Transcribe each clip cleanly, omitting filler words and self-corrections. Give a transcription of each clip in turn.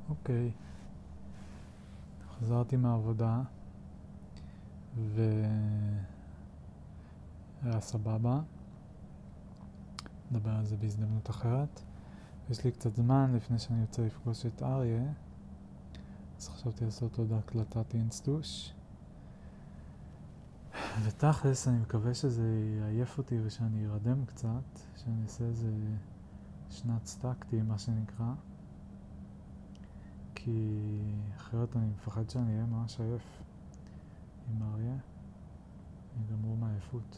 אוקיי, חזרתי מהעבודה והיה סבבה, נדבר על זה בהזדמנות אחרת. יש לי קצת זמן לפני שאני יוצא לפגוש את אריה, אז חשבתי לעשות עוד הקלטת אינסטוש. ותכלס אני מקווה שזה יעייף אותי ושאני ארדם קצת, שאני אעשה איזה שנת סטקטי מה שנקרא, כי אחרת אני מפחד שאני אהיה ממש עייף עם אריה, אני גמור מעייפות.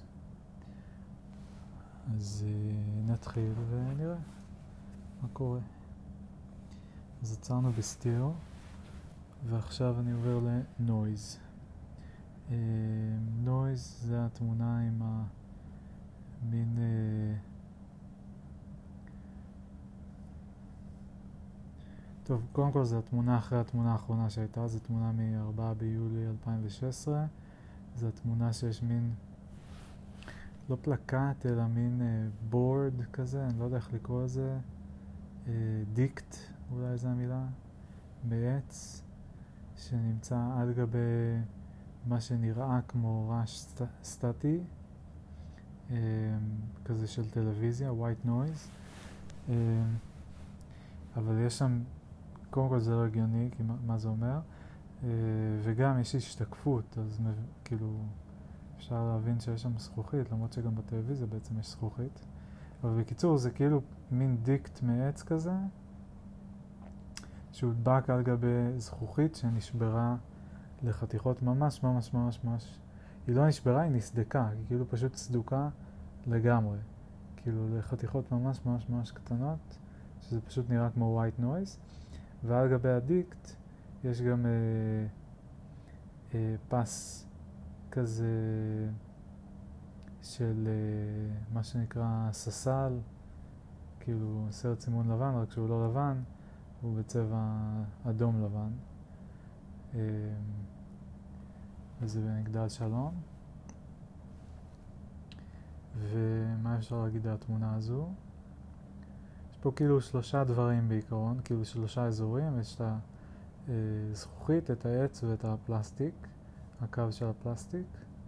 אז נתחיל ונראה מה קורה. אז עצרנו בסטיר ועכשיו אני עובר לנויז. נויז זה התמונה עם המין טוב, קודם כל זו התמונה אחרי התמונה האחרונה שהייתה, זו תמונה מ-4 ביולי 2016. זו התמונה שיש מין לא פלקט אלא מין בורד כזה, אני לא יודע איך לקרוא לזה, דיקט אולי זו המילה, מעץ שנמצא על גבי מה שנראה כמו רעש סטטי כזה של טלוויזיה, white noise, אבל יש שם, קודם כל זה לא הגיוני, כי מה זה אומר, וגם יש השתקפות, אז כאילו אפשר להבין שיש שם זכוכית, למרות שגם בטלוויזיה בעצם יש זכוכית. אבל בקיצור זה כאילו מין דיקט מעץ כזה, שהודבק על גבי זכוכית שנשברה לחתיכות ממש ממש ממש ממש, היא לא נשברה, היא נסדקה, היא כאילו פשוט סדוקה לגמרי, כאילו לחתיכות ממש ממש ממש קטנות, שזה פשוט נראה כמו white noise. ועל גבי הדיקט יש גם פס כזה של מה שנקרא ססל, כאילו סרט סימון לבן, רק שהוא לא לבן, הוא בצבע אדום לבן. וזה במגדל שלום. ומה אפשר להגיד על התמונה הזו? יש פה כאילו 3 דברים בעיקרון, כאילו 3 אזורים, יש את הזכוכית, את העץ ואת הפלסטיק, הקו של הפלסטיק.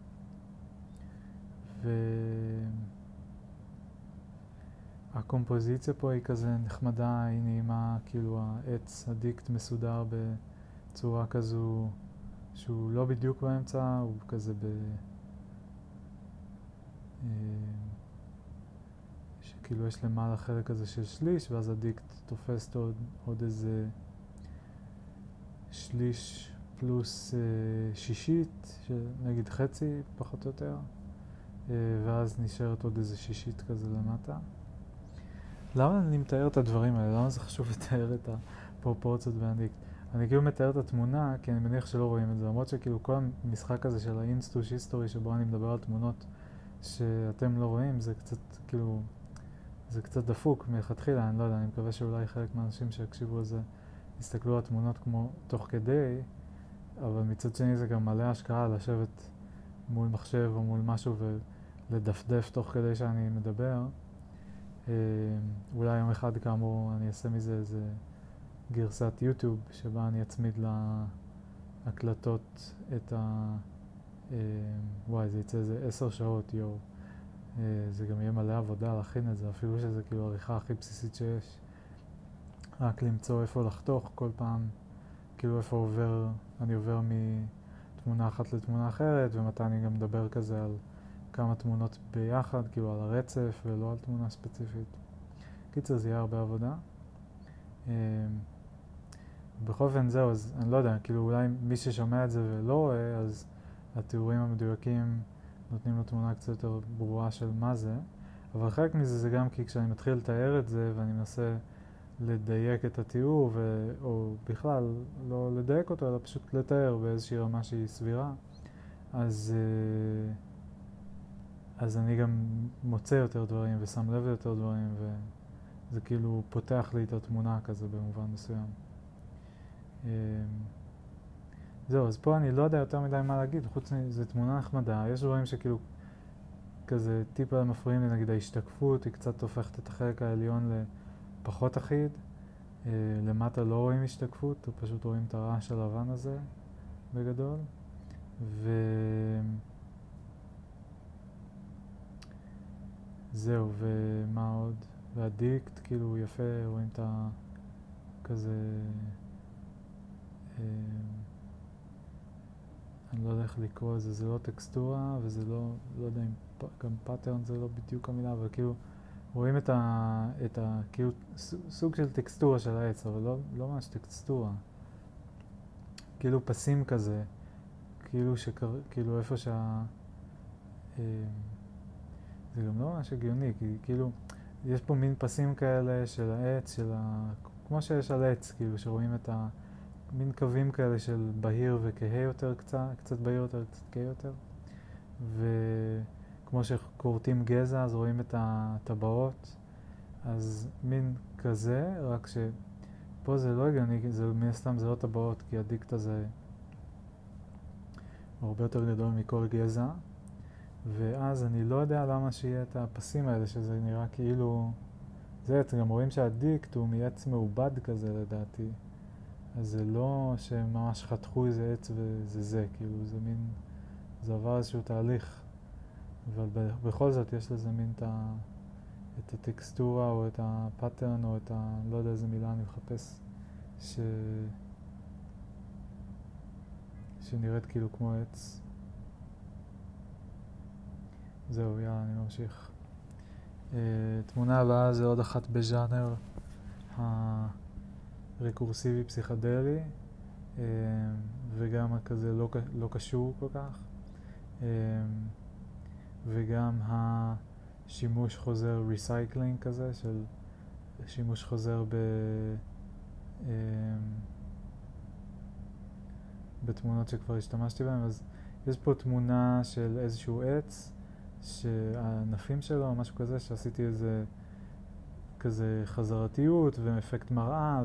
והקומפוזיציה פה היא כזה נחמדה, היא נעימה, כאילו העץ, הדיקט מסודר בצורה כזו שהוא לא בדיוק באמצע, הוא כזה שכאילו יש למעלה חלק כזה של שליש, ואז הדיקט תופס עוד איזה שליש פלוס שישית, נגיד חצי פחות או יותר, ואז נשארת עוד איזה שישית כזה למטה. למה אני מתאר את הדברים האלה? למה זה חשוב לתאר את הפרופורציות והדיקט? אני כאילו מתאר את התמונה כי אני מניח שלא רואים את זה, למרות שכאילו כל המשחק הזה של האינסטוש היסטורי שבו אני מדבר על תמונות שאתם לא רואים, זה קצת כאילו, זה קצת דפוק מלכתחילה, אני לא יודע, אני מקווה שאולי חלק מהאנשים שיקשיבו לזה יסתכלו על תמונות כמו תוך כדי, אבל מצד שני זה גם מלא השקעה לשבת מול מחשב או מול משהו ולדפדף תוך כדי שאני מדבר. אולי יום אחד כאמור אני אעשה מזה איזה גרסת יוטיוב שבה אני אצמיד להקלטות את וואי, זה יצא איזה 10 שעות יור. זה גם יהיה מלא עבודה להכין את זה, אפילו שזה כאילו העריכה הכי בסיסית שיש. רק למצוא איפה לחתוך כל פעם, כאילו איפה אני עובר מתמונה אחת לתמונה אחרת, ומתי אני גם מדבר כזה על כמה תמונות ביחד, כאילו על הרצף ולא על תמונה ספציפית. קיצר, זה יהיה הרבה עבודה. בכל אופן זהו, אז אני לא יודע, כאילו אולי מי ששומע את זה ולא רואה, אז התיאורים המדויקים נותנים לו תמונה קצת יותר ברורה של מה זה. אבל חלק מזה זה גם כי כשאני מתחיל לתאר את זה ואני מנסה לדייק את התיאור, או בכלל לא לדייק אותו, אלא פשוט לתאר באיזושהי רמה שהיא סבירה, אז אני גם מוצא יותר דברים ושם לב ליותר דברים, וזה כאילו פותח לי את התמונה כזה במובן מסוים. זהו, אז פה אני לא יודע יותר מדי מה להגיד, חוץ מזה תמונה נחמדה, יש דברים שכאילו כזה טיפה מפריעים לי, נגיד ההשתקפות, היא קצת הופכת את החלק העליון לפחות אחיד, למטה לא רואים השתקפות, פשוט רואים את הרעש הלבן הזה בגדול. זהו, ומה עוד? והדיקט, כאילו יפה, רואים את כזה, אני לא יודע איך לקרוא את זה, זה לא טקסטורה וזה לא יודע אם גם פאטרן זה לא בדיוק המילה, אבל כאילו רואים את כאילו סוג של טקסטורה של העץ, אבל לא ממש טקסטורה, כאילו פסים כזה, כאילו איפה זה גם לא ממש הגיוני, כי כאילו יש פה מין פסים כאלה של העץ, כמו שיש על עץ, כאילו שרואים את מין קווים כאלה של בהיר וכהה יותר קצת בהיר יותר, קצת כהה יותר. וכמו שקורטים גזע, אז רואים את הטבעות. אז מין כזה, רק שפה זה לא הגיוני, מן הסתם זה לא טבעות, כי הדיקט הזה הוא הרבה יותר גדול מכל גזע. ואז אני לא יודע למה שיהיה את הפסים האלה, שזה נראה כאילו זה עץ. גם רואים שהדיקט הוא מעץ מעובד כזה לדעתי. אז זה לא שממש חתכו איזה עץ וזה, כאילו זה מין, זה עבר איזשהו תהליך. אבל בכל זאת יש לזה מין את הטקסטורה או את הפאטרן או את לא יודע איזה מילה אני מחפש, שנראית כאילו כמו עץ. זהו, יאללה, אני ממשיך. תמונה הבאה זה עוד אחת בז'אנר הרקורסיבי פסיכדלי, וגם כזה לא קשור כל כך, וגם השימוש חוזר ריסייקלינג כזה, של שימוש חוזר בתמונות שכבר השתמשתי בהן. אז יש פה תמונה של איזשהו עץ שהענפים שלו, משהו כזה, שעשיתי איזה כזה חזרתיות ואפקט מראה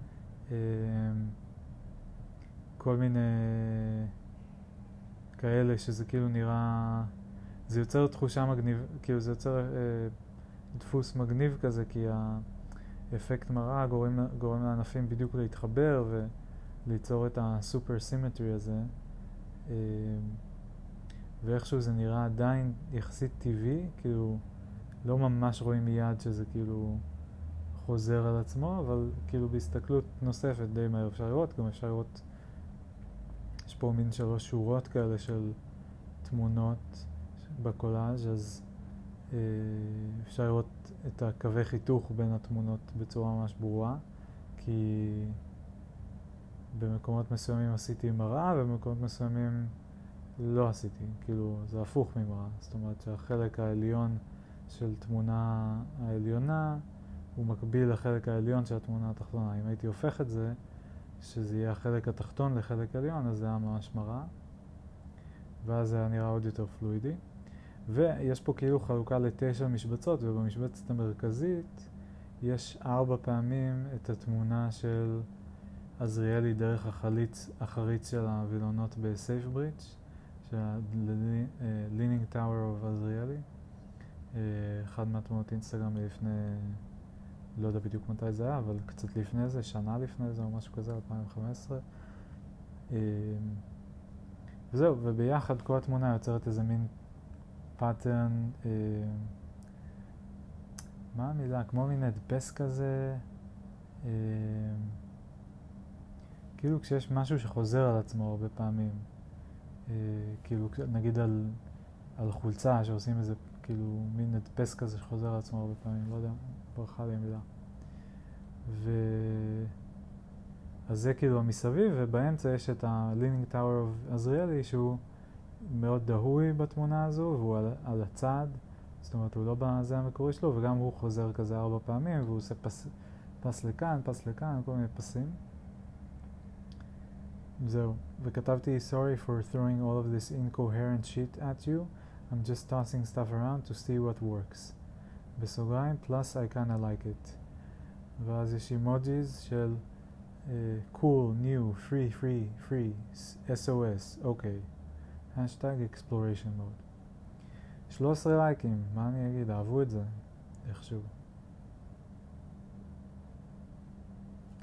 וכל מיני כאלה שזה כאילו נראה, זה יוצר תחושה מגניב, כאילו זה יוצר דפוס מגניב כזה, כי האפקט מראה גורם לענפים בדיוק להתחבר וליצור את הסופר סימטרי הזה, ואיכשהו זה נראה עדיין יחסית טבעי, כאילו לא ממש רואים מיד שזה כאילו חוזר על עצמו, אבל כאילו בהסתכלות נוספת די מהר אפשר לראות. גם אפשר לראות, יש פה מין 3 שורות כאלה של תמונות בקולאז', אז אפשר לראות את הקווי חיתוך בין התמונות בצורה ממש ברורה, כי במקומות מסוימים עשיתי מראה ובמקומות מסוימים לא עשיתי, כאילו זה הפוך ממראה. זאת אומרת שהחלק העליון של תמונה העליונה הוא מקביל לחלק העליון של התמונה התחתונה. אם הייתי הופך את זה, שזה יהיה החלק התחתון לחלק העליון, אז זה היה ממש מראה, ואז זה היה נראה עוד יותר פלואידי. ויש פה כאילו חלוקה ל9 משבצות, ובמשבצת המרכזית יש 4 פעמים את התמונה של עזריאלי דרך החריץ של הווילונות בסייפברידג', של ה-Leaning Tower of עזריאלי. אחד מהתמונות אינסטגרם לפני, לא יודע בדיוק מתי זה היה, אבל קצת לפני זה, שנה לפני זה או משהו כזה, 2015. וזהו, וביחד כל התמונה יוצרת איזה מין פאטרן, מה המילה? כמו מין הדפס כזה, כאילו כשיש משהו שחוזר על עצמו הרבה פעמים, כאילו נגיד על חולצה שעושים איזה כאילו מין הדפס כזה שחוזר על עצמו הרבה פעמים, לא יודע, ברכה לי המילה. אז זה כאילו המסביב, ובאמצע יש את ה-Leaning Tower of עזריאלי שהוא מאוד דהוי בתמונה הזו, והוא על הצד, זאת אומרת הוא לא בזה המקורי שלו, וגם הוא חוזר כזה 4 פעמים, והוא עושה פס לכאן, כל מיני פסים. זהו, וכתבתי sorry for throwing all of this incoherent shit at you, I'm just tossing stuff around to see what works. בסוגריים, plus I kinda like it. ואז יש אימוג'יז של cool, new, free, SOS, אוקיי. השטג exploration mode. 13 לייקים, מה אני אגיד? אהבו את זה, איכשהו.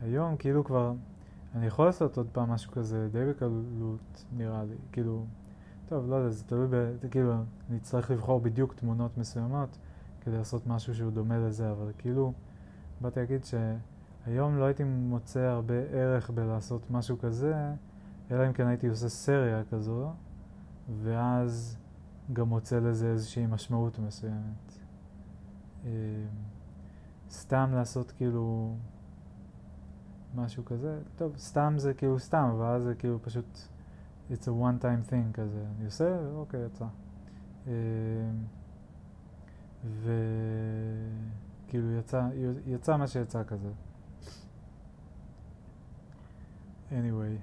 היום כאילו כבר, אני יכול לעשות עוד פעם משהו כזה די בקלות נראה לי, כאילו, טוב, לא יודע, זה תלוי כאילו, אני צריך לבחור בדיוק תמונות מסוימות כדי לעשות משהו שהוא דומה לזה, אבל כאילו, באתי להגיד שהיום לא הייתי מוצא הרבה ערך בלעשות משהו כזה, אלא אם כן הייתי עושה סריה כזו, ואז גם מוצא לזה איזושהי משמעות מסוימת. סתם לעשות כאילו משהו כזה, טוב, סתם זה כאילו סתם, אבל אז זה כאילו פשוט it's a one time thing כזה, אני עושה, אוקיי, יצא. וכאילו יצא מה שיצא כזה. anyway,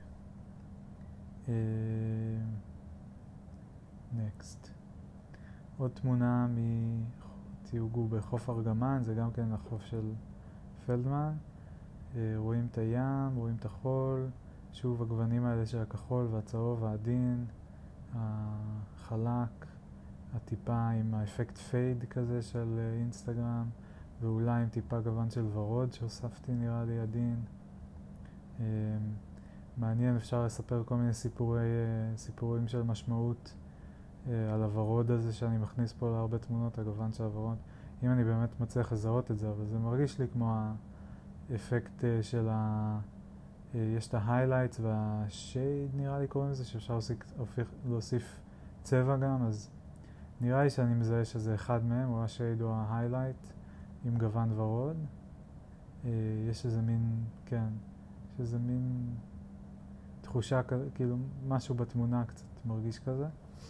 next. עוד תמונה תיוגו בחוף ארגמן, זה גם כן החוף של פלדמן. רואים את הים, רואים את החול, שוב הגוונים האלה של הכחול והצהוב העדין, החלק, הטיפה עם האפקט פייד כזה של אינסטגרם, ואולי עם טיפה גוון של ורוד שהוספתי נראה לי עדין. מעניין, אפשר לספר כל מיני סיפורים של משמעות על הוורוד הזה שאני מכניס פה להרבה תמונות, הגוון של הוורוד. אם אני באמת מצליח לזהות את זה, אבל זה מרגיש לי כמו האפקט של יש את ההיילייטס והשייד נראה לי קוראים לזה, שאפשר להוסיף צבע גם, אז נראה לי שאני מזהה שזה אחד מהם, או השייד או ההיילייט עם גוון ורוד. יש איזה מין, כן, יש איזה מין תחושה, כאילו משהו בתמונה קצת מרגיש כזה.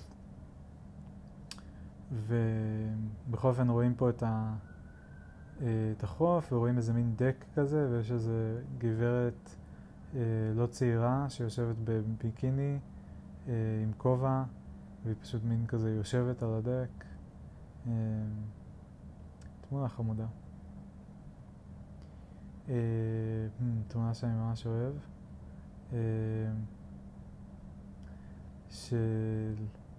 ובכל אופן רואים פה את החוף, ורואים איזה מין דק כזה, ויש איזה גברת לא צעירה שיושבת בביקיני עם כובע, והיא פשוט מין כזה יושבת על הדק. תמונה חמודה. תמונה שאני ממש אוהב. של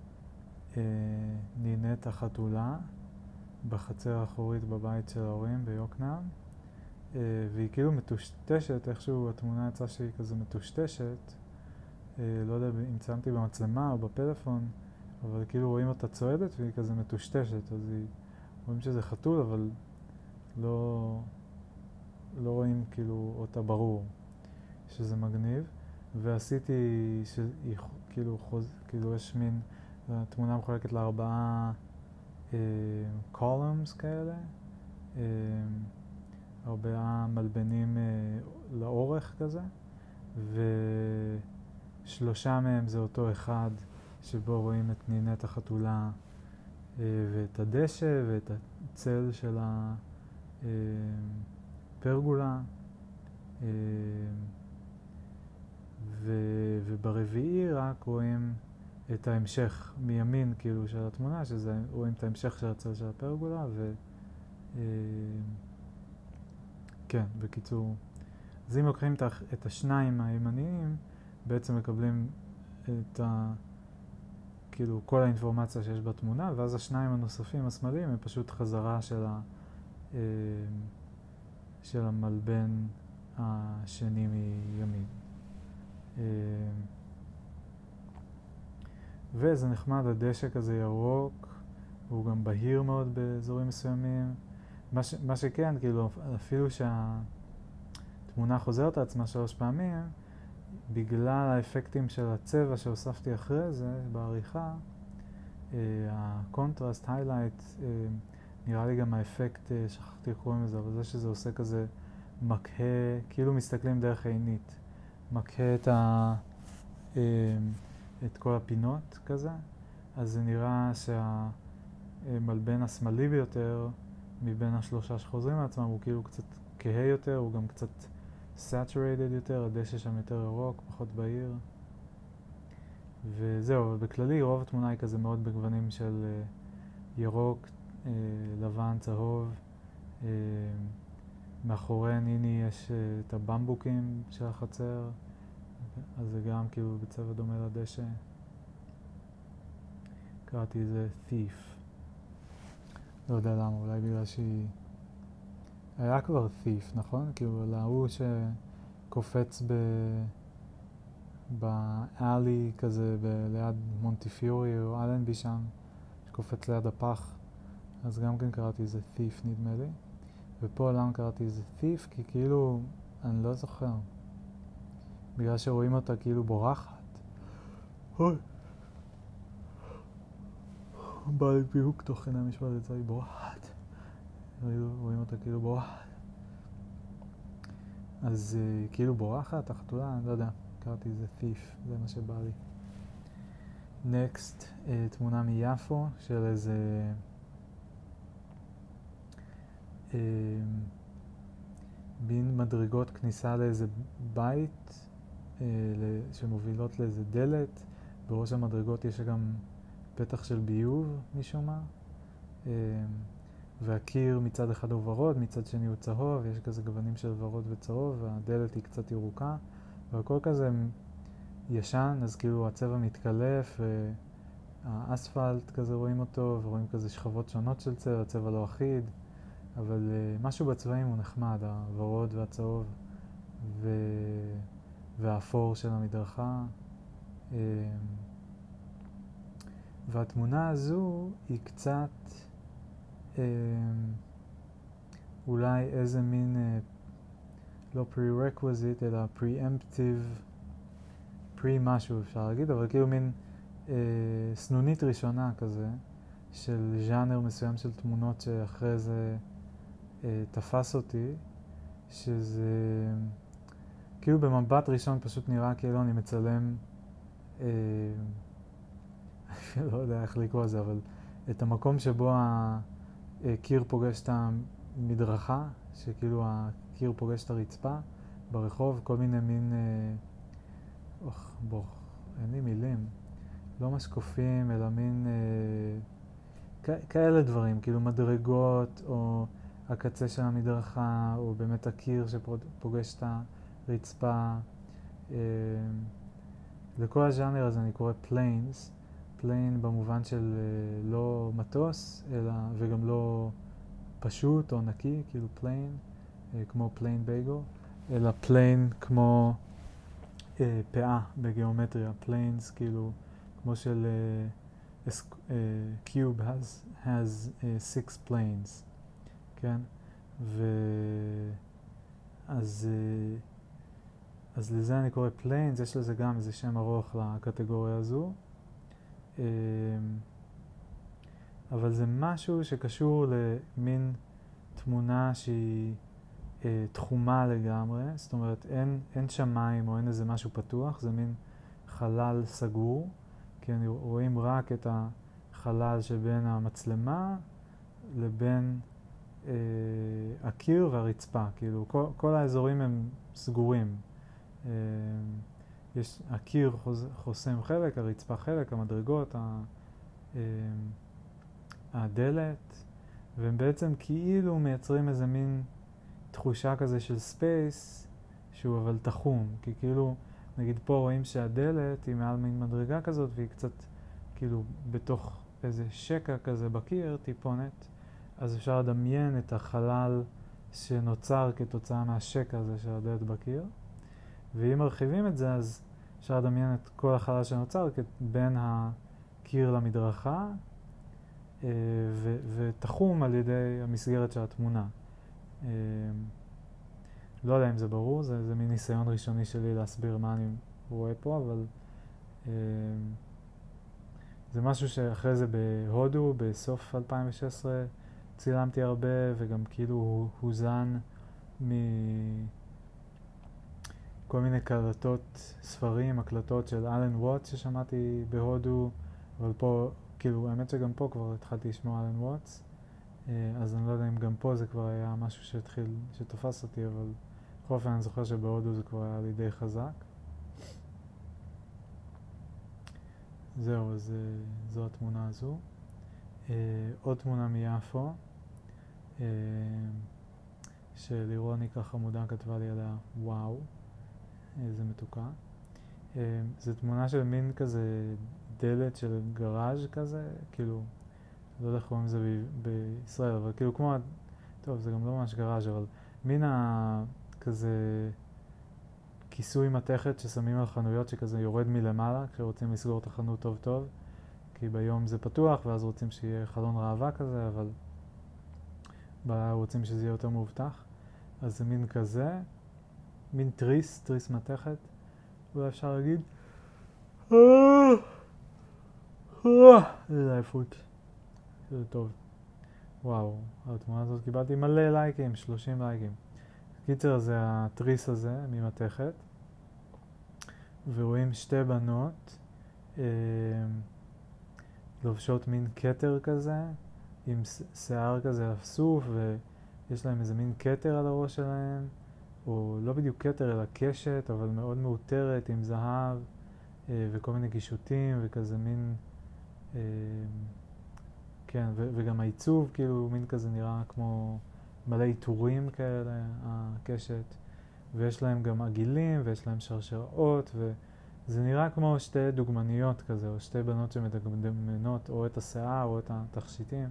נינת החתולה בחצר האחורית בבית של ההורים ביוקנעם, והיא כאילו מטושטשת, איכשהו התמונה יצאה שהיא כזה מטושטשת, לא יודע אם צילמתי במצלמה או בפלאפון, אבל כאילו רואים אותה צועדת והיא כזה מטושטשת, אז רואים שזה חתול, אבל לא רואים כאילו אותה ברור, שזה מגניב. ועשיתי כאילו יש מין, התמונה מחולקת לארבעה columns כאלה, ארבעה מלבנים לאורך כזה, ושלושה מהם זה אותו אחד שבו רואים את נינת החתולה ואת הדשא ואת הצל של הפרגולה, וברביעי רק רואים את ההמשך מימין כאילו של התמונה, שזה רואים את ההמשך של הצל של הפרגולה, כן, בקיצור. אז אם לוקחים את השניים הימניים, בעצם מקבלים את כאילו כל האינפורמציה שיש בתמונה, ואז השניים הנוספים השמאליים הם פשוט חזרה של המלבן השני מימין. וזה נחמד, הדשא כזה ירוק, הוא גם בהיר מאוד באזורים מסוימים. מה שכן, כאילו, אפילו שהתמונה חוזרת לעצמה 3 פעמים, בגלל האפקטים של הצבע שהוספתי אחרי זה, בעריכה, הקונטרסט, היילייט, נראה לי גם האפקט, שכחתי איך קוראים לזה, אבל זה שזה עושה כזה מקהה, כאילו מסתכלים דרך עינית, מקהה את כל הפינות כזה, אז זה נראה שהמלבן השמאלי ביותר מבין השלושה שחוזרים לעצמם הוא כאילו קצת כהה יותר, הוא גם קצת saturated יותר, הדשא שם יותר ירוק, פחות בהיר. וזהו, בכללי רוב התמונה היא כזה מאוד בגוונים של ירוק, לבן, צהוב. מאחורי ניני יש את הבמבוקים של החצר, אז זה גם כאילו בצבע דומה לדשא. קראתי איזה thief. לא יודע למה, אולי בגלל שהיא... היה כבר thief, נכון? כאילו להוא קופץ באלי כזה ליד מונטיפיורי או אלנבי שם, שקופץ ליד הפח, אז גם כן קראתי איזה thief נדמה לי. ופה למה קראתי איזה thief? כי כאילו, אני לא זוכר. בגלל שרואים אותה כאילו בורחת. אוי. בא לי פיהוק תוך כדי המשפט, יצא לי בורחת. רואים אותה כאילו בורחת. אז כאילו בורחת, החתולה, אני לא יודע. קראתי איזה thief, זה מה שבא לי. נקסט, תמונה מיפו של איזה בין מדרגות כניסה לאיזה בית שמובילות לאיזה דלת. בראש המדרגות יש גם פתח של ביוב משום מה, והקיר מצד אחד הוא ורוד, מצד שני הוא צהוב, יש כזה גוונים של ורוד וצהוב, והדלת היא קצת ירוקה, והכל כזה ישן, אז כאילו הצבע מתקלף, והאספלט כזה רואים אותו, ורואים כזה שכבות שונות של צבע, הצבע לא אחיד, אבל משהו בצבעים הוא נחמד, הוורוד והצהוב והאפור של המדרכה. והתמונה הזו היא קצת אולי איזה מין לא prerequisite אלא preemptive, משהו אפשר להגיד, אבל כאילו מין סנונית ראשונה כזה של ז'אנר מסוים של תמונות שאחרי זה תפס אותי, שזה כאילו במבט ראשון פשוט נראה כאילו אני מצלם לא יודע איך לקרוא זה, אבל את המקום שבו הקיר פוגש את המדרכה, שכאילו הקיר פוגש את הרצפה ברחוב, כל מיני מין אין לי מילים, לא משקופים אלא מין כאלה דברים, כאילו מדרגות או הקצה של המדרכה או באמת הקיר שפוגש את הרצפה. לכל הז'אנר הזה אני קורא planes, פליין במובן של לא מטוס, אלא, וגם לא פשוט או נקי, כאילו פליין, כמו פליין בייגל, אלא פליין כמו פאה בגיאומטריה, פליינס כאילו כמו של cube has 6 planes, כן? אז לזה אני קורא planes, יש לזה גם איזה שם ארוך לקטגוריה הזו. אבל זה משהו שקשור למין תמונה שהיא תחומה לגמרי, זאת אומרת אין שמיים או אין איזה משהו פתוח, זה מין חלל סגור, כי רואים רק את החלל שבין המצלמה לבין הקיר והרצפה, כאילו כל האזורים הם סגורים. הקיר חוסם חלק, הרצפה חלק, המדרגות, הדלת, והם בעצם כאילו מייצרים איזה מין תחושה כזה של ספייס שהוא אבל תחום, כי כאילו נגיד פה רואים שהדלת היא מעל מין מדרגה כזאת והיא קצת כאילו בתוך איזה שקע כזה בקיר, טיפונת, אז אפשר לדמיין את החלל שנוצר כתוצאה מהשקע הזה של הדלת בקיר, ואם מרחיבים את זה אז אפשר לדמיין את כל החלל שנוצר בין הקיר למדרכה ותחום על ידי המסגרת של התמונה. לא יודע אם זה ברור, זה מין ניסיון ראשוני שלי להסביר מה אני רואה פה, אבל זה משהו שאחרי זה בהודו, בסוף 2016, צילמתי הרבה וגם כאילו הוזן מכל מיני קלטות ספרים, הקלטות של אלן ווטס ששמעתי בהודו, אבל פה, כאילו, האמת שגם פה כבר התחלתי לשמוע אלן ווטס, אז אני לא יודע אם גם פה זה כבר היה משהו שתופס אותי, אבל בכל אופן אני זוכר שבהודו זה כבר היה לי די חזק. זהו, אז זו התמונה הזו. עוד תמונה מיפו, שלירוני ככה מודע כתבה לי עליה, וואו, איזה מתוקה. זו תמונה של מין כזה דלת של גראז' כזה, כאילו, לא יודע איך קוראים לזה בישראל, אבל כאילו כמו, טוב, זה גם לא ממש גראז', אבל מין כזה כיסוי מתכת ששמים על חנויות שכזה יורד מלמעלה כשרוצים לסגור את החנות טוב טוב, כי ביום זה פתוח ואז רוצים שיהיה חלון ראווה כזה, אבל רוצים שזה יהיה יותר מאובטח. אז זה מין כזה, מין תריס מתכת, אולי אפשר להגיד. איזה עייפות. זה טוב. וואו, על התמונה הזאת קיבלתי מלא לייקים, 30 לייקים. קיצר, זה התריס הזה ממתכת, ורואים שתי בנות לובשות מין כתר כזה, עם שיער כזה אסוף, ויש להם איזה מין כתר על הראש שלהם, או לא בדיוק כתר אלא קשת, אבל מאוד מאותרת עם זהב וכל מיני גישוטים וכזה מין, כן, וגם העיצוב כאילו מין כזה נראה כמו מלא עיטורים כאלה, הקשת, ויש להם גם עגילים ויש להם שרשראות, וזה נראה כמו שתי דוגמניות כזה, או שתי בנות שמדגמנות או את השיער או את התכשיטים,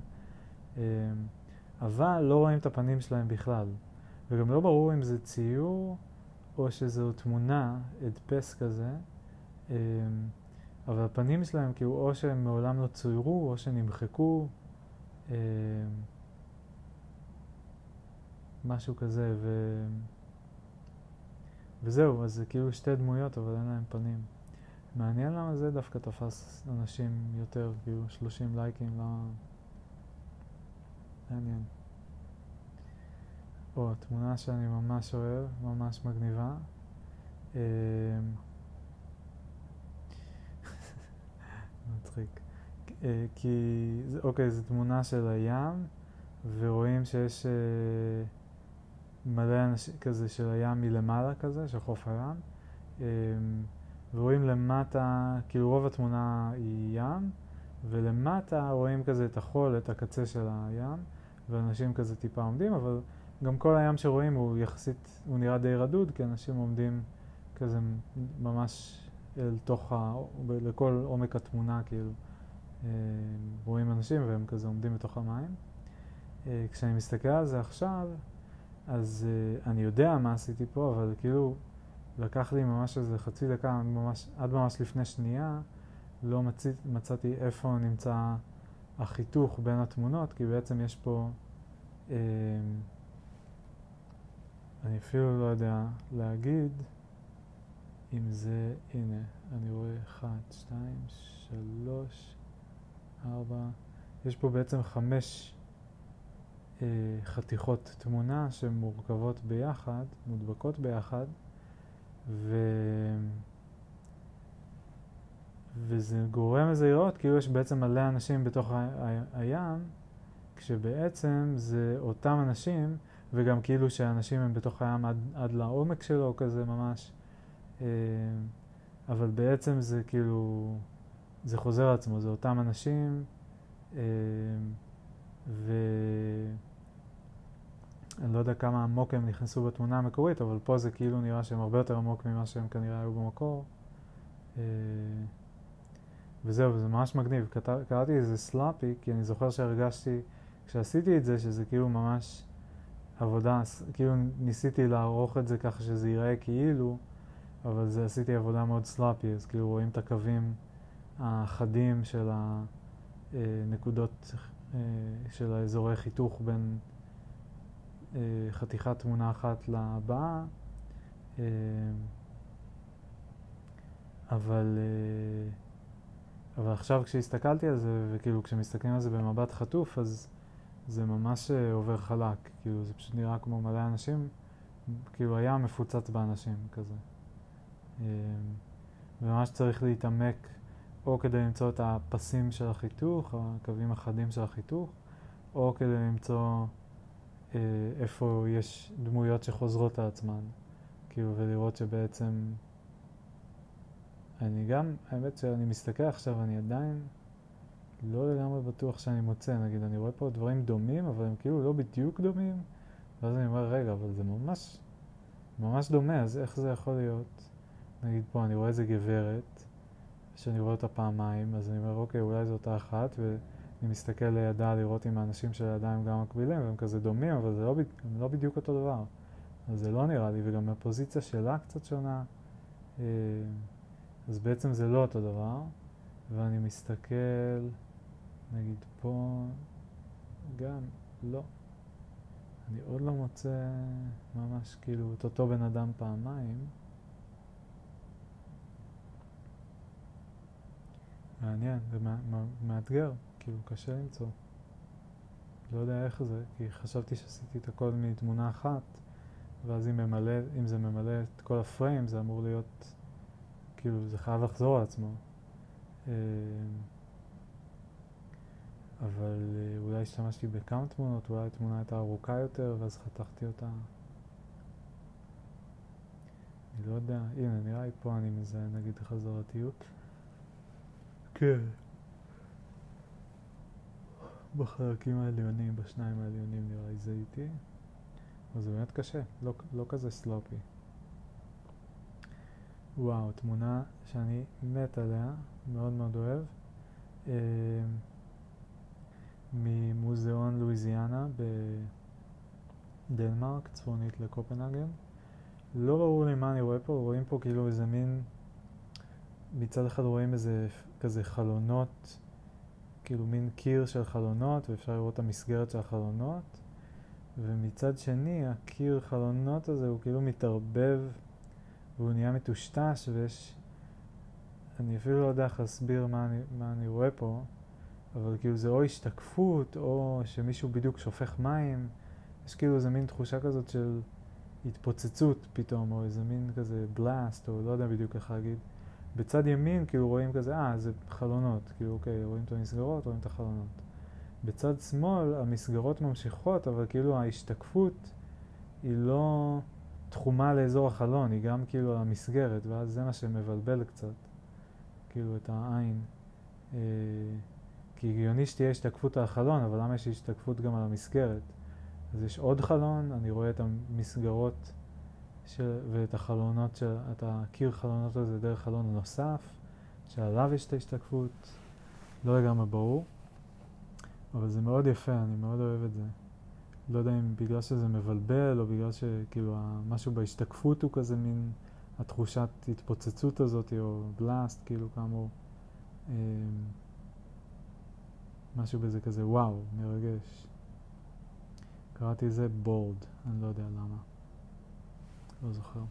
אבל לא רואים את הפנים שלהם בכלל, וגם לא ברור אם זה ציור או שזו תמונה, הדפס כזה, אבל הפנים שלהם כאילו או שהם מעולם לא צוירו או שנמחקו, משהו כזה, וזהו, אז זה כאילו שתי דמויות אבל אין להם פנים. מעניין למה זה דווקא תפס אנשים יותר, כאילו 30 לייקים, למה? מעניין. או, תמונה שאני ממש אוהב, ממש מגניבה. מצחיק. כי, אוקיי, זו תמונה של הים, ורואים שיש מלא אנשים כזה של הים מלמעלה כזה, של חוף הים. ורואים למטה, כאילו רוב התמונה היא ים, ולמטה רואים כזה את החול, את הקצה של הים, ואנשים כזה טיפה עומדים, אבל גם כל הים שרואים הוא יחסית, הוא נראה די רדוד, כי אנשים עומדים כזה ממש אל תוך, לכל עומק התמונה, כאילו, רואים אנשים והם כזה עומדים בתוך המים. כשאני מסתכל על זה עכשיו, אז אני יודע מה עשיתי פה, אבל כאילו לקח לי ממש איזה חצי דקה, עד ממש לפני שנייה, לא מצאתי איפה נמצא החיתוך בין התמונות, כי בעצם יש פה, אני אפילו לא יודע להגיד אם זה, הנה, אני רואה 1, 2, 3, 4, יש פה בעצם 5 חתיכות תמונה שמורכבות ביחד, מודבקות ביחד, וזה גורם לזה לראות כאילו יש בעצם מלא אנשים בתוך הים, כשבעצם זה אותם אנשים, וגם כאילו שהאנשים הם בתוך הים עד לעומק שלו כזה ממש, אבל בעצם זה כאילו, זה חוזר לעצמו, זה אותם אנשים, אני לא יודע כמה עמוק הם נכנסו בתמונה המקורית, אבל פה זה כאילו נראה שהם הרבה יותר עמוק ממה שהם כנראה היו במקור. וזהו, זה ממש מגניב. קראתי איזה סלאפי, כי אני זוכר שהרגשתי, כשעשיתי את זה, שזה כאילו ממש עבודה, כאילו ניסיתי לערוך את זה ככה שזה ייראה כאילו, אבל זה עשיתי עבודה מאוד סלאפי, אז כאילו רואים את הקווים החדים של הנקודות, של האזורי חיתוך בין חתיכת תמונה אחת לבאה, אבל עכשיו כשהסתכלתי על זה, וכאילו כשמסתכלים על זה במבט חטוף, אז זה ממש עובר חלק, כאילו זה פשוט נראה כמו מלא אנשים, כאילו היה מפוצץ באנשים כזה. וממש צריך להתעמק או כדי למצוא את הפסים של החיתוך, הקווים החדים של החיתוך, או כדי למצוא איפה יש דמויות שחוזרות על עצמן, כאילו, ולראות שבעצם אני גם, האמת שאני מסתכל עכשיו, אני עדיין לא לגמרי בטוח שאני מוצא, נגיד, אני רואה פה דברים דומים, אבל הם כאילו לא בדיוק דומים, ואז אני אומר, רגע, אבל זה ממש דומה, אז איך זה יכול להיות? נגיד פה, אני רואה איזה גברת, שאני רואה אותה פעמיים, אז אני אומר, אוקיי, אולי זו אותה אחת, ואני מסתכל לידה לראות אם האנשים שלידה הם גם מקבילים, והם כזה דומים, אבל הם לא בדיוק אותו דבר. אז זה לא נראה לי, וגם הפוזיציה שלה קצת שונה. אז בעצם זה לא אותו דבר, ואני מסתכל, נגיד פה, גם לא. אני עוד לא מוצא ממש כאילו את אותו בן אדם פעמיים. מעניין, זה מאתגר, כאילו קשה למצוא. לא יודע איך זה, כי חשבתי שעשיתי את הכל מתמונה אחת, ואז אם זה ממלא את כל הפריים, זה אמור להיות, כאילו זה חייב לחזור על עצמו. אבל אולי השתמשתי בכמה תמונות, אולי התמונה הייתה ארוכה יותר, ואז חתכתי אותה. אני לא יודע, הנה נראה לי פה אני מזהה נגיד חזרתיות. כן. בחלקים העליונים, בשניים העליונים נראה לי זהיתי. אבל זה באמת קשה, לא כזה סלופי. וואו, תמונה שאני מת עליה, מאוד מאוד אוהב. ממוזיאון לואיזיאנה בדנמרק, צפונית לקופנהגן. לא ברור לי מה אני רואה פה, רואים פה כאילו איזה מין, מצד אחד רואים איזה כזה חלונות, כאילו מין קיר של חלונות, ואפשר לראות את המסגרת של החלונות, ומצד שני הקיר חלונות הזה הוא כאילו מתערבב והוא נהיה מטושטש, ויש, אני אפילו לא יודע איך להסביר מה אני רואה פה, אבל כאילו זה או השתקפות או שמישהו בדיוק שופך מים, יש כאילו איזה מין תחושה כזאת של התפוצצות פתאום, או איזה מין כזה בלאסט, או לא יודע בדיוק איך להגיד. בצד ימין כאילו רואים כזה, זה חלונות, כאילו אוקיי, רואים את המסגרות, רואים את החלונות. בצד שמאל המסגרות ממשיכות, אבל כאילו ההשתקפות היא לא תחומה לאזור החלון, היא גם כאילו המסגרת, ואז זה מה שמבלבל קצת, כאילו את העין. כי הגיוני שתהיה השתקפות על החלון, אבל למה יש השתקפות גם על המסגרת? אז יש עוד חלון, אני רואה את המסגרות ואת החלונות, את הקיר חלונות הזה דרך חלון נוסף, שעליו יש את ההשתקפות, לא לגמרי ברור, אבל זה מאוד יפה, אני מאוד אוהב את זה. לא יודע אם בגלל שזה מבלבל, או בגלל שכאילו משהו בהשתקפות הוא כזה מין התחושת התפוצצות הזאת, או בלאסט, כאילו כאמור. משהו בזה כזה, וואו, מרגש. קראתי את זה בולד, אני לא יודע למה. לא זוכר.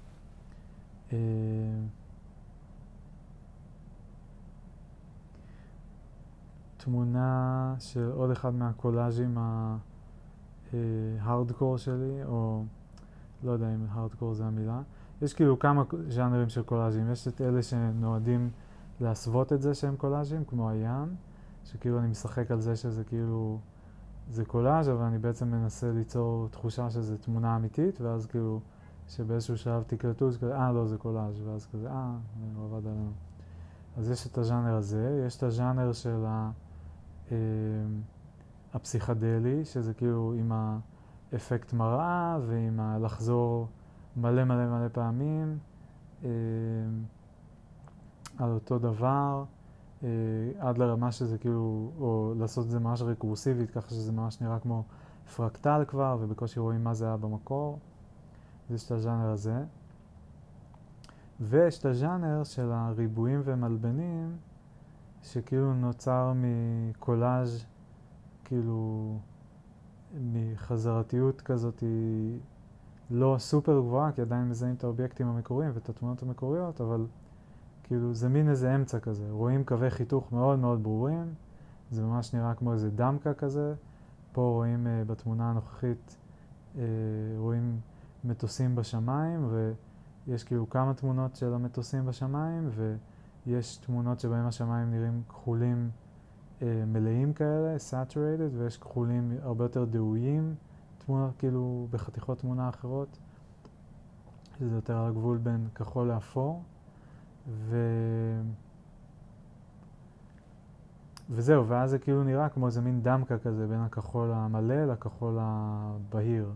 תמונה של עוד אחד מהקולאז'ים ההארדקור שלי, או לא יודע אם הארדקור זה המילה. יש כאילו כמה ז'אנרים של קולאז'ים. יש את אלה שנועדים להסוות את זה שהם קולאז'ים, כמו הים, שכאילו אני משחק על זה שזה כאילו, זה קולאז' אבל אני בעצם מנסה ליצור תחושה שזה תמונה אמיתית, ואז כאילו שבאיזשהו שלב תקלטו, שכזה, לא זה קולאז', ואז כזה, הוא עבד עלינו. אז יש את הז'אנר הזה, יש את הז'אנר של הפסיכדלי, שזה כאילו עם האפקט מראה ועם לחזור מלא מלא מלא פעמים על אותו דבר, עד לרמה שזה כאילו, או לעשות את זה ממש רקורסיבית, ככה שזה ממש נראה כמו פרקטל כבר, ובקושי רואים מה זה היה במקור. אז יש את הז'אנר הזה. ויש את הז'אנר של הריבועים ומלבנים, שכאילו נוצר מקולאז' כאילו מחזרתיות כזאת לא סופר גבוהה, כי עדיין מזהים את האובייקטים המקוריים ואת התמונות המקוריות, אבל כאילו זה מין איזה אמצע כזה. רואים קווי חיתוך מאוד מאוד ברורים, זה ממש נראה כמו איזה דמקה כזה. פה רואים בתמונה הנוכחית, רואים מטוסים בשמיים, ויש כאילו כמה תמונות של המטוסים בשמיים, ויש תמונות שבהם השמיים נראים כחולים מלאים כאלה, saturated, ויש כחולים הרבה יותר דהויים, תמונות כאילו בחתיכות תמונה אחרות, שזה יותר על הגבול בין כחול לאפור. וזהו, ואז זה כאילו נראה כמו איזה מין דמקה כזה בין הכחול המלא לכחול הבהיר.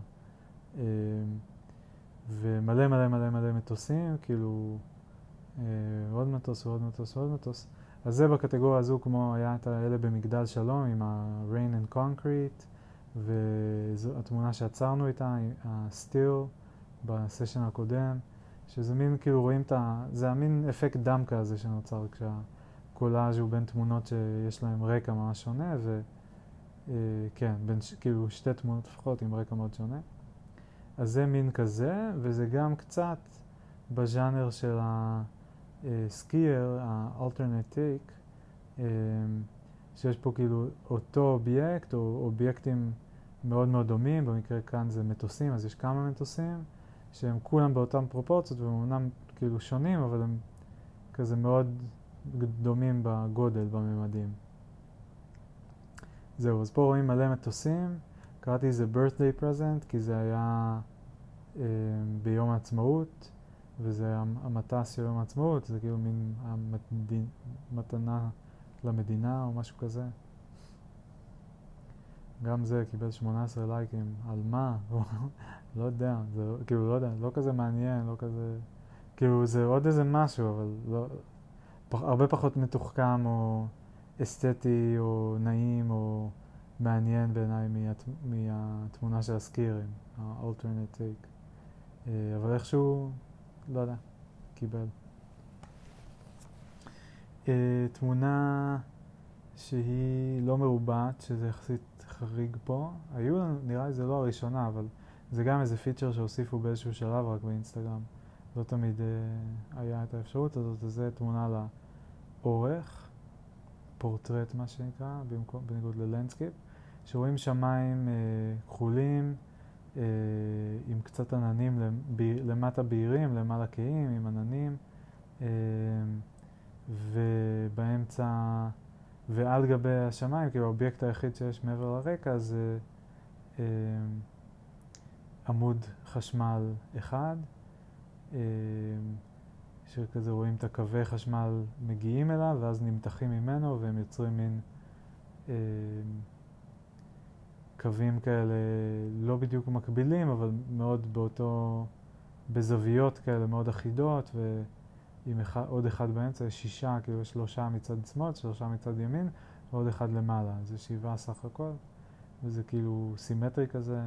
ומלא מלא מלא מלא מטוסים, כאילו עוד מטוס ועוד מטוס ועוד מטוס. אז זה בקטגוריה הזו כמו היה את האלה במגדל שלום עם ה-Rain and Concrete, והתמונה שעצרנו איתה, ה-Still בסשן הקודם, שזה מין, כאילו רואים זה המין אפקט דם כזה שנוצר כשהקולאז' הוא בין תמונות שיש להם רקע ממש שונה, כן, כאילו שתי תמונות לפחות עם רקע מאוד שונה. אז זה מין כזה, וזה גם קצת בז'אנר של הסקייר, ה-alternate take, שיש פה כאילו אותו אובייקט, או אובייקטים מאוד מאוד דומים, במקרה כאן זה מטוסים, אז יש כמה מטוסים, שהם כולם באותן פרופורציות, והם אומנם כאילו שונים, אבל הם כזה מאוד דומים בגודל, בממדים. זהו, אז פה רואים מלא מטוסים, קראתי איזה birthday present, כי זה היה ביום העצמאות, וזה היה המטס של יום העצמאות, זה כאילו מין מתנה למדינה או משהו כזה. גם זה קיבל 18 לייקים, על מה? לא יודע, זה כאילו לא יודע, לא כזה מעניין, לא כזה, כאילו זה עוד איזה משהו, אבל לא, הרבה פחות מתוחכם או אסתטי או נעים או מעניין בעיניי מהתמונה של הסקירים, ה-alternate take. אבל איכשהו, לא יודע, קיבל. תמונה שהיא לא מרובעת, שזה יחסית חריג פה. היו לנו, נראה לי זה לא הראשונה, אבל זה גם איזה פיצ'ר שהוסיפו באיזשהו שלב רק באינסטגרם. לא תמיד היה את האפשרות הזאת, אז זה תמונה לאורך, פורטרט מה שנקרא, בניגוד ללנדסקייפ, שרואים שמיים כחולים, עם קצת עננים למטה בהירים, למעלה כהים, עם עננים, ובאמצע, ועל גבי השמיים, כאילו האובייקט היחיד שיש מעבר לרקע זה עמוד חשמל אחד, שכזה רואים את הקווי חשמל מגיעים אליו, ואז נמתחים ממנו, והם יוצרים מין קווים כאלה לא בדיוק מקבילים, אבל מאוד בזוויות כאלה מאוד אחידות, ועם עוד אחד באמצע, יש 6, כאילו יש 3 מצד שמאל, 3 מצד ימין, ועוד אחד למעלה, זה 7 סך הכל, וזה כאילו סימטרי כזה,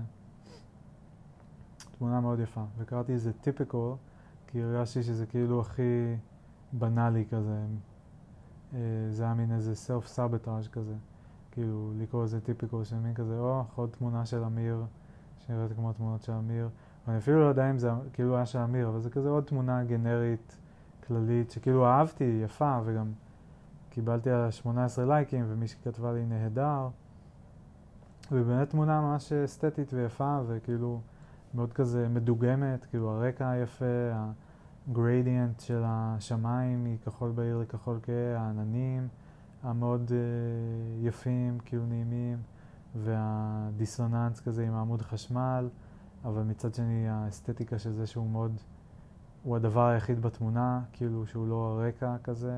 תמונה מאוד יפה, וקראתי איזה טיפיקל, כי הרגשתי שזה כאילו הכי בנאלי כזה, זה היה מין איזה self-sabotage כזה, כאילו לקרוא איזה טיפיקל של מין כזה, עוד תמונה של אמיר, שנראית כמו תמונות של אמיר, ואני אפילו לא יודע אם זה כאילו היה של אמיר, אבל זה כזה עוד תמונה גנרית כללית, שכאילו אהבתי, יפה, וגם קיבלתי על 18 לייקים, ומישהי כתבה לי נהדר, ובאמת תמונה ממש אסתטית ויפה, וכאילו מאוד כזה מדוגמת, כאילו הרקע היפה, הגרדיאנט של השמיים מכחול בהיר לכחול כהה, העננים המאוד יפים, כאילו נעימים, והדיסוננס כזה עם העמוד חשמל, אבל מצד שני האסתטיקה של זה שהוא מאוד, הוא הדבר היחיד בתמונה, כאילו שהוא לא הרקע כזה,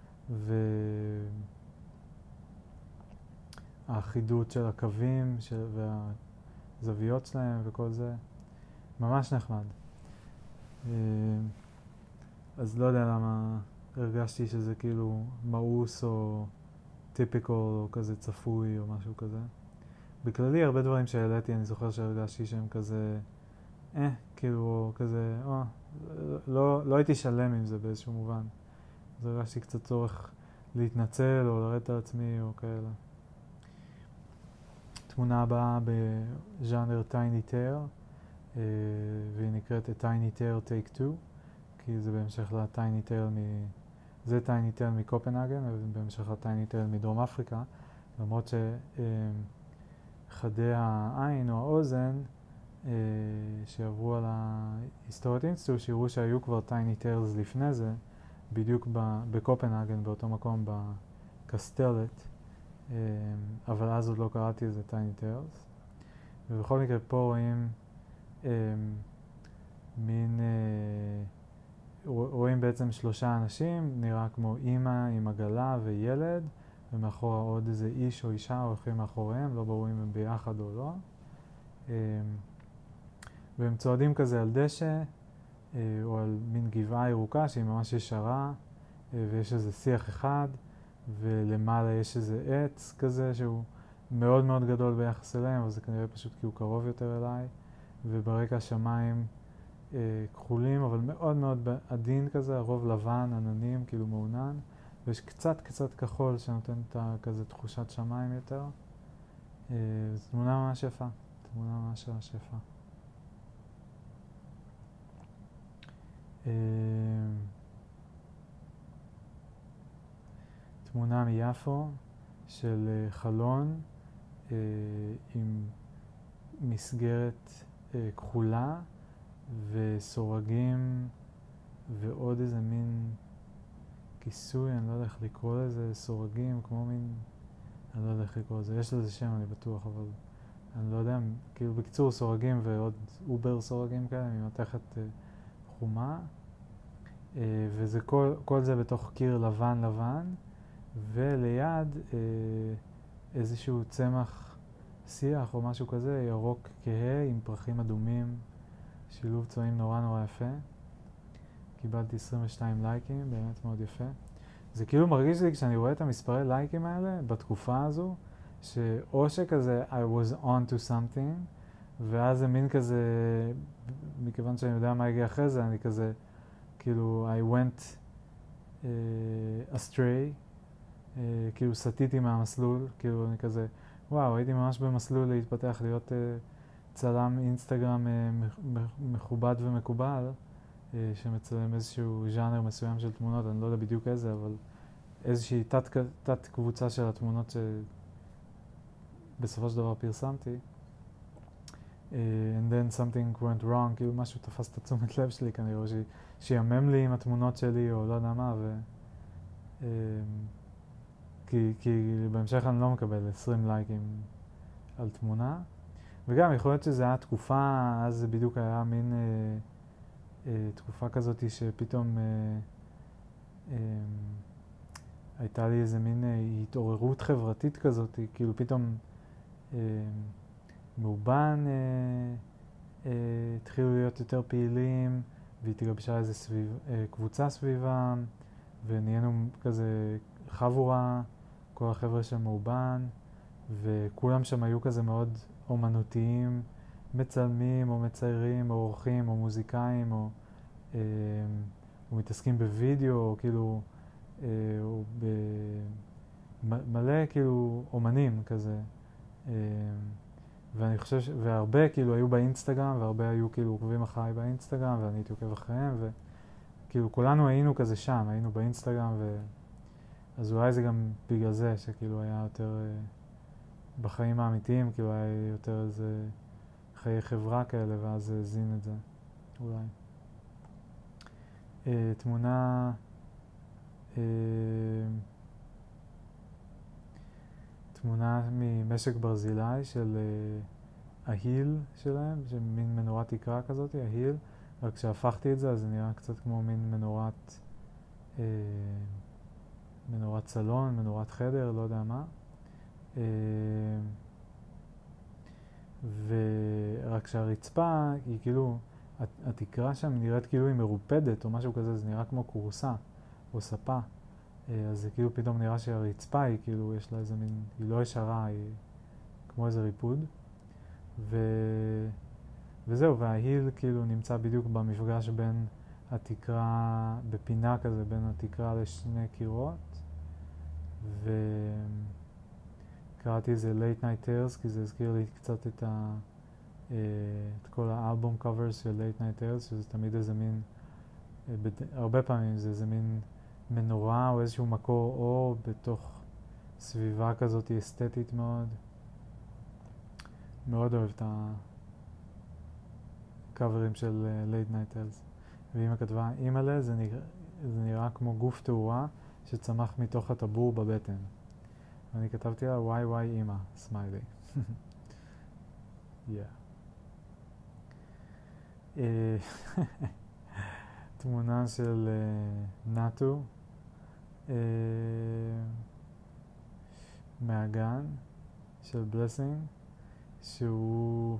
והאחידות של הקווים והזוויות שלהם וכל זה, ממש נחמד. אז לא יודע למה הרגשתי שזה כאילו מאוס או טיפיקל או כזה צפוי או משהו כזה. בכללי הרבה דברים שהעליתי אני זוכר שהרגשתי שהם כזה כאילו כזה לא הייתי שלם עם זה באיזשהו מובן. אז הרגשתי קצת צורך להתנצל או לרדת על עצמי או כאלה. תמונה הבאה בז'אנר Tiny Tail, והיא נקראת A Tiny Tail Take 2, כי זה בהמשך ל-Tiny Tail זה Tiny Tail מקופנהגן, ובהמשך ל-Tiny Tail מדרום אפריקה, למרות שחדי העין או האוזן שעברו על ההיסטוריות אינסטו, שיראו שהיו כבר Tiny Tails לפני זה, בדיוק בקופנהגן, באותו מקום, בקסטלט, אבל אז עוד לא קראתי איזה Tiny Tails. ובכל מקרה פה רואים רואים בעצם 3 אנשים, נראה כמו אימא עם עגלה וילד, ומאחורה עוד איזה איש או אישה הולכים מאחוריהם, לא ברור אם הם ביחד או לא. והם צועדים כזה על דשא, או על מין גבעה ירוקה שהיא ממש ישרה, ויש איזה שיח אחד, ולמעלה יש איזה עץ כזה שהוא מאוד מאוד גדול ביחס אליהם, אבל זה כנראה פשוט כי הוא קרוב יותר אליי, וברקע השמיים כחולים, אבל מאוד מאוד עדין כזה, הרוב לבן, עננים, כאילו מעונן, ויש קצת כחול שנותן את כזה תחושת שמיים יותר. זו תמונה ממש יפה, תמונה ממש יפה. תמונה מיפו של חלון עם מסגרת כחולה וסורגים ועוד איזה מין כיסוי, אני לא יודע איך לקרוא לזה, סורגים, כמו מין, אני לא יודע איך לקרוא לזה, יש לזה שם אני בטוח, אבל אני לא יודע, כאילו בקיצור סורגים ועוד אובר סורגים כאלה ממתכת חומה, וזה כל זה בתוך קיר לבן, וליד איזשהו צמח שיח או משהו כזה, ירוק כהה עם פרחים אדומים, שילוב צבעים נורא יפה. קיבלתי 22 לייקים, באמת מאוד יפה. זה כאילו מרגיש לי כשאני רואה את המספרי לייקים האלה בתקופה הזו, שאו שכזה I was on to something, ואז זה מין כזה, מכיוון שאני יודע מה הגיע אחרי זה, אני כזה, כאילו I went astray, כאילו סטיתי מהמסלול, כאילו אני כזה, וואו, הייתי ממש במסלול להתפתח, להיות צלם אינסטגרם מכובד ומקובל, שמצלם איזשהו ז'אנר מסוים של תמונות, אני לא יודע בדיוק איזה, אבל איזושהי תת קבוצה של התמונות שבסופו של דבר פרסמתי. And then something went wrong, כאילו משהו תפס את תשומת לב שלי כנראה, שיאמם לי עם התמונות שלי או לא יודע מה, כי בהמשך אני לא מקבל 20 לייקים על תמונה, וגם יכול להיות שזה היה תקופה, אז זה בדיוק היה מין תקופה כזאת שפתאום הייתה לי איזה מין התעוררות חברתית כזאת, כאילו פתאום מאובן התחילו להיות יותר פעילים, והתגבשה איזה קבוצה סביבם, ונהיינו כזה חבורה, כל החבר'ה של מאובן, וכולם שם היו כזה מאוד אומנותיים, מצלמים או מציירים או עורכים או מוזיקאים או מתעסקים בווידאו או כאילו או מלא כאילו אומנים כזה, ואני חושב והרבה כאילו היו באינסטגרם, והרבה היו כאילו עוקבים אחריי באינסטגרם, ואני הייתי עוקב אחריהם, וכאילו כולנו היינו כזה שם, היינו באינסטגרם, אז אולי זה גם בגלל זה שכאילו היה יותר בחיים האמיתיים, כאילו היה יותר איזה חיי חברה כאלה, ואז זה הזין את זה, אולי. תמונה תמונה ממשק ברזילי של ההיל שלהם, מין מנורת תקרה כזאת, ההיל, רק כשהפכתי את זה אז זה נראה קצת כמו מין מנורת סלון, מנורת חדר, לא יודע מה. ורק שהרצפה היא כאילו, התקרה שם נראית כאילו היא מרופדת או משהו כזה, זה נראה כמו קורסה או ספה. אז זה כאילו פתאום נראה שהרצפה היא כאילו, יש לה איזה מין, היא לא ישרה, היא כמו איזה ריפוד. וזהו, וההיל כאילו נמצא בדיוק במפגש בין התקרה, בפינה כזה, בין התקרה לשני קירות. וקראתי איזה Late Night Tales, כי זה הזכיר לי קצת את כל האלבום קוברס של Late Night Tales, שזה תמיד איזה מין, הרבה פעמים זה איזה מין מנורה או איזשהו מקור אור בתוך סביבה כזאת אסתטית מאוד. מאוד אוהב את הקאברים של Late Night Tales. ואמא כתבה, אימא'לה, זה נראה כמו גוף תאורה שצמח מתוך הטבור בבטן. ואני כתבתי לה, וואי וואי אימא, סמיילי. תמונה של נאטו מהגן של בלסינג, שהוא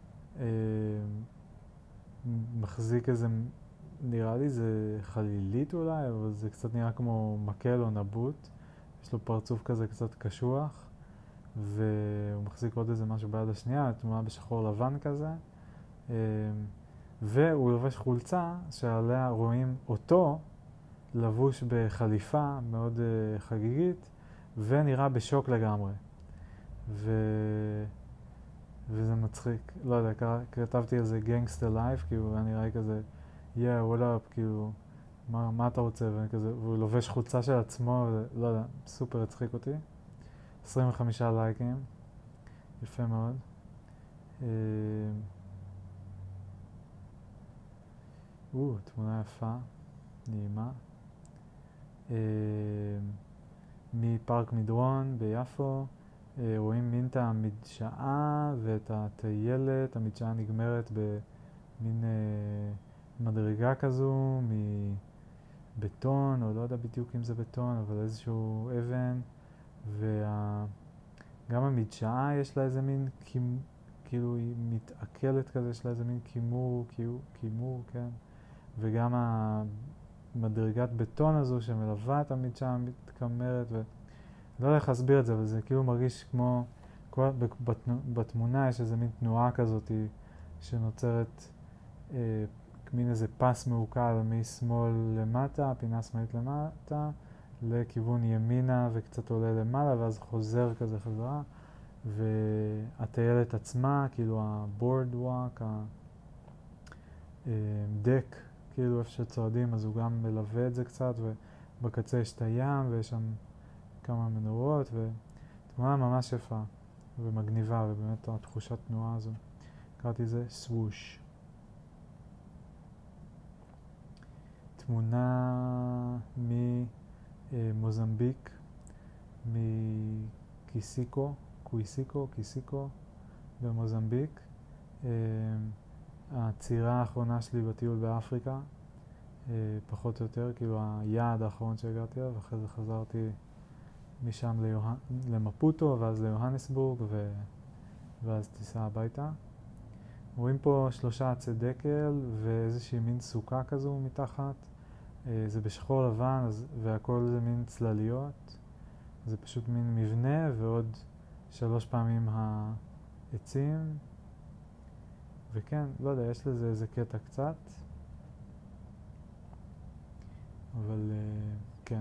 מחזיק איזה, נראה לי זה חלילית אולי, אבל זה קצת נראה כמו מקל או נבוט. יש לו פרצוף כזה קצת קשוח, והוא מחזיק עוד איזה משהו ביד השנייה, תמונה בשחור לבן כזה. והוא לובש חולצה שעליה רואים אותו לבוש בחליפה מאוד חגיגית, ונראה בשוק לגמרי. וזה מצחיק. לא יודע, כתבתי איזה גנגסטר לייף, כאילו היה נראה לי כזה, yeah, what up, כאילו, מה אתה רוצה? והוא לובש חולצה של עצמו, ולא יודע, סופר הצחיק אותי. 25 לייקים, יפה מאוד. תמונה יפה, נעימה. מפארק מדרון ביפו, רואים מין את המדשאה ואת הטיילת. המדשאה נגמרת במין מדרגה כזו מבטון, או לא יודע בדיוק אם זה בטון, אבל איזשהו אבן. וגם המדשאה יש לה איזה מין, כאילו היא מתעכלת כזה, יש לה איזה מין כימור, כן. וגם המדרגת בטון הזו שמלווה את המדשאה המתקמרת, לא יודע איך להסביר את זה, אבל זה כאילו מרגיש כמו, בתמונה יש איזה מין תנועה כזאת שנוצרת מין איזה פס מעוקל משמאל למטה, פינה שמאלית למטה, לכיוון ימינה וקצת עולה למעלה, ואז חוזר כזה חזרה, והטיילת עצמה, כאילו הבורד וואק, הדק, כאילו איפה שצועדים, אז הוא גם מלווה את זה קצת, ובקצה יש את הים, ויש שם כמה מנורות, ותמונה ממש יפה ומגניבה, ובאמת התחושת תנועה הזו. קראתי זה סווש. תמונה ממוזמביק, מקיסיקו, קיסיקו במוזמביק. הצירה האחרונה שלי בטיול באפריקה, פחות או יותר, כאילו היעד האחרון שהגעתי אליו, ואחרי זה חזרתי משם למפוטו, ואז ליוהנסבורג, ואז טיסה הביתה. רואים פה 3 עצי דקל ואיזושהי מין סוכה כזו מתחת. זה בשחור לבן, והכל זה מין צלליות. זה פשוט מין מבנה, ועוד 3 פעמים העצים. וכן, לא יודע, יש לזה איזה קטע קצת. אבל כן.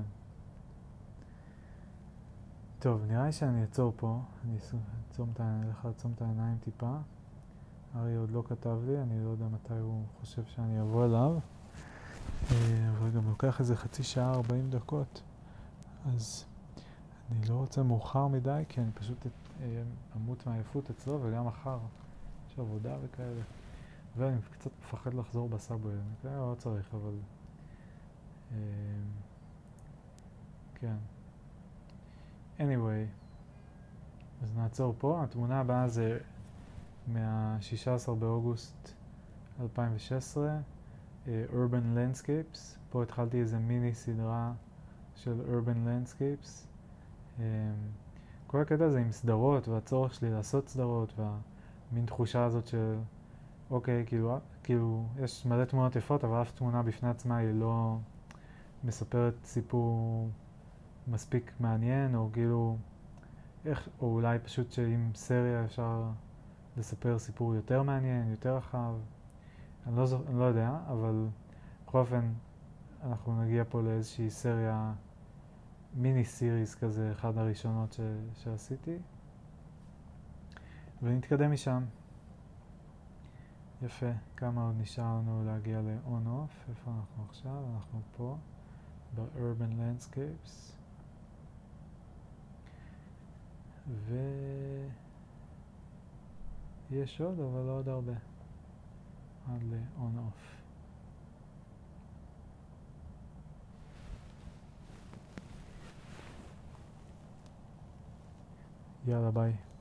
טוב, נראה לי שאני אעצור פה. אני אלך לעצום את העיניים טיפה. ארי עוד לא כתב לי, אני לא יודע מתי הוא חושב שאני אבוא אליו. אבל גם לוקח איזה חצי שעה, 40 דקות. אז אני לא רוצה מאוחר מדי, כי אני פשוט אמות מעייפות אצלו, וגם מחר יש עבודה וכאלה. ואני קצת מפחד לחזור בסאבווי, אני כאלה לא צריך, אבל כן. anyway, אז נעצור פה. התמונה הבאה זה מה-16 באוגוסט 2016, Urban Landscapes. פה התחלתי איזה מיני סדרה של Urban Landscapes. כל הקטע הזה עם סדרות, והצורך שלי לעשות סדרות, והמין תחושה הזאת של אוקיי, כאילו יש מלא תמונות יפות, אבל אף תמונה בפני עצמה היא לא מספרת סיפור מספיק מעניין, או כאילו או אולי פשוט שעם סריה אפשר לספר סיפור יותר מעניין, יותר רחב. אני לא יודע, אבל בכל אופן אנחנו נגיע פה לאיזושהי סריה, מיני סיריס כזה, אחד הראשונות שעשיתי, ונתקדם משם. יפה, כמה עוד נשאר לנו להגיע ל-on-off. איפה אנחנו עכשיו? אנחנו פה ב-Urban Landscapes, ויש עוד, אבל לא עוד הרבה עד ל-on-off. יאללה, ביי.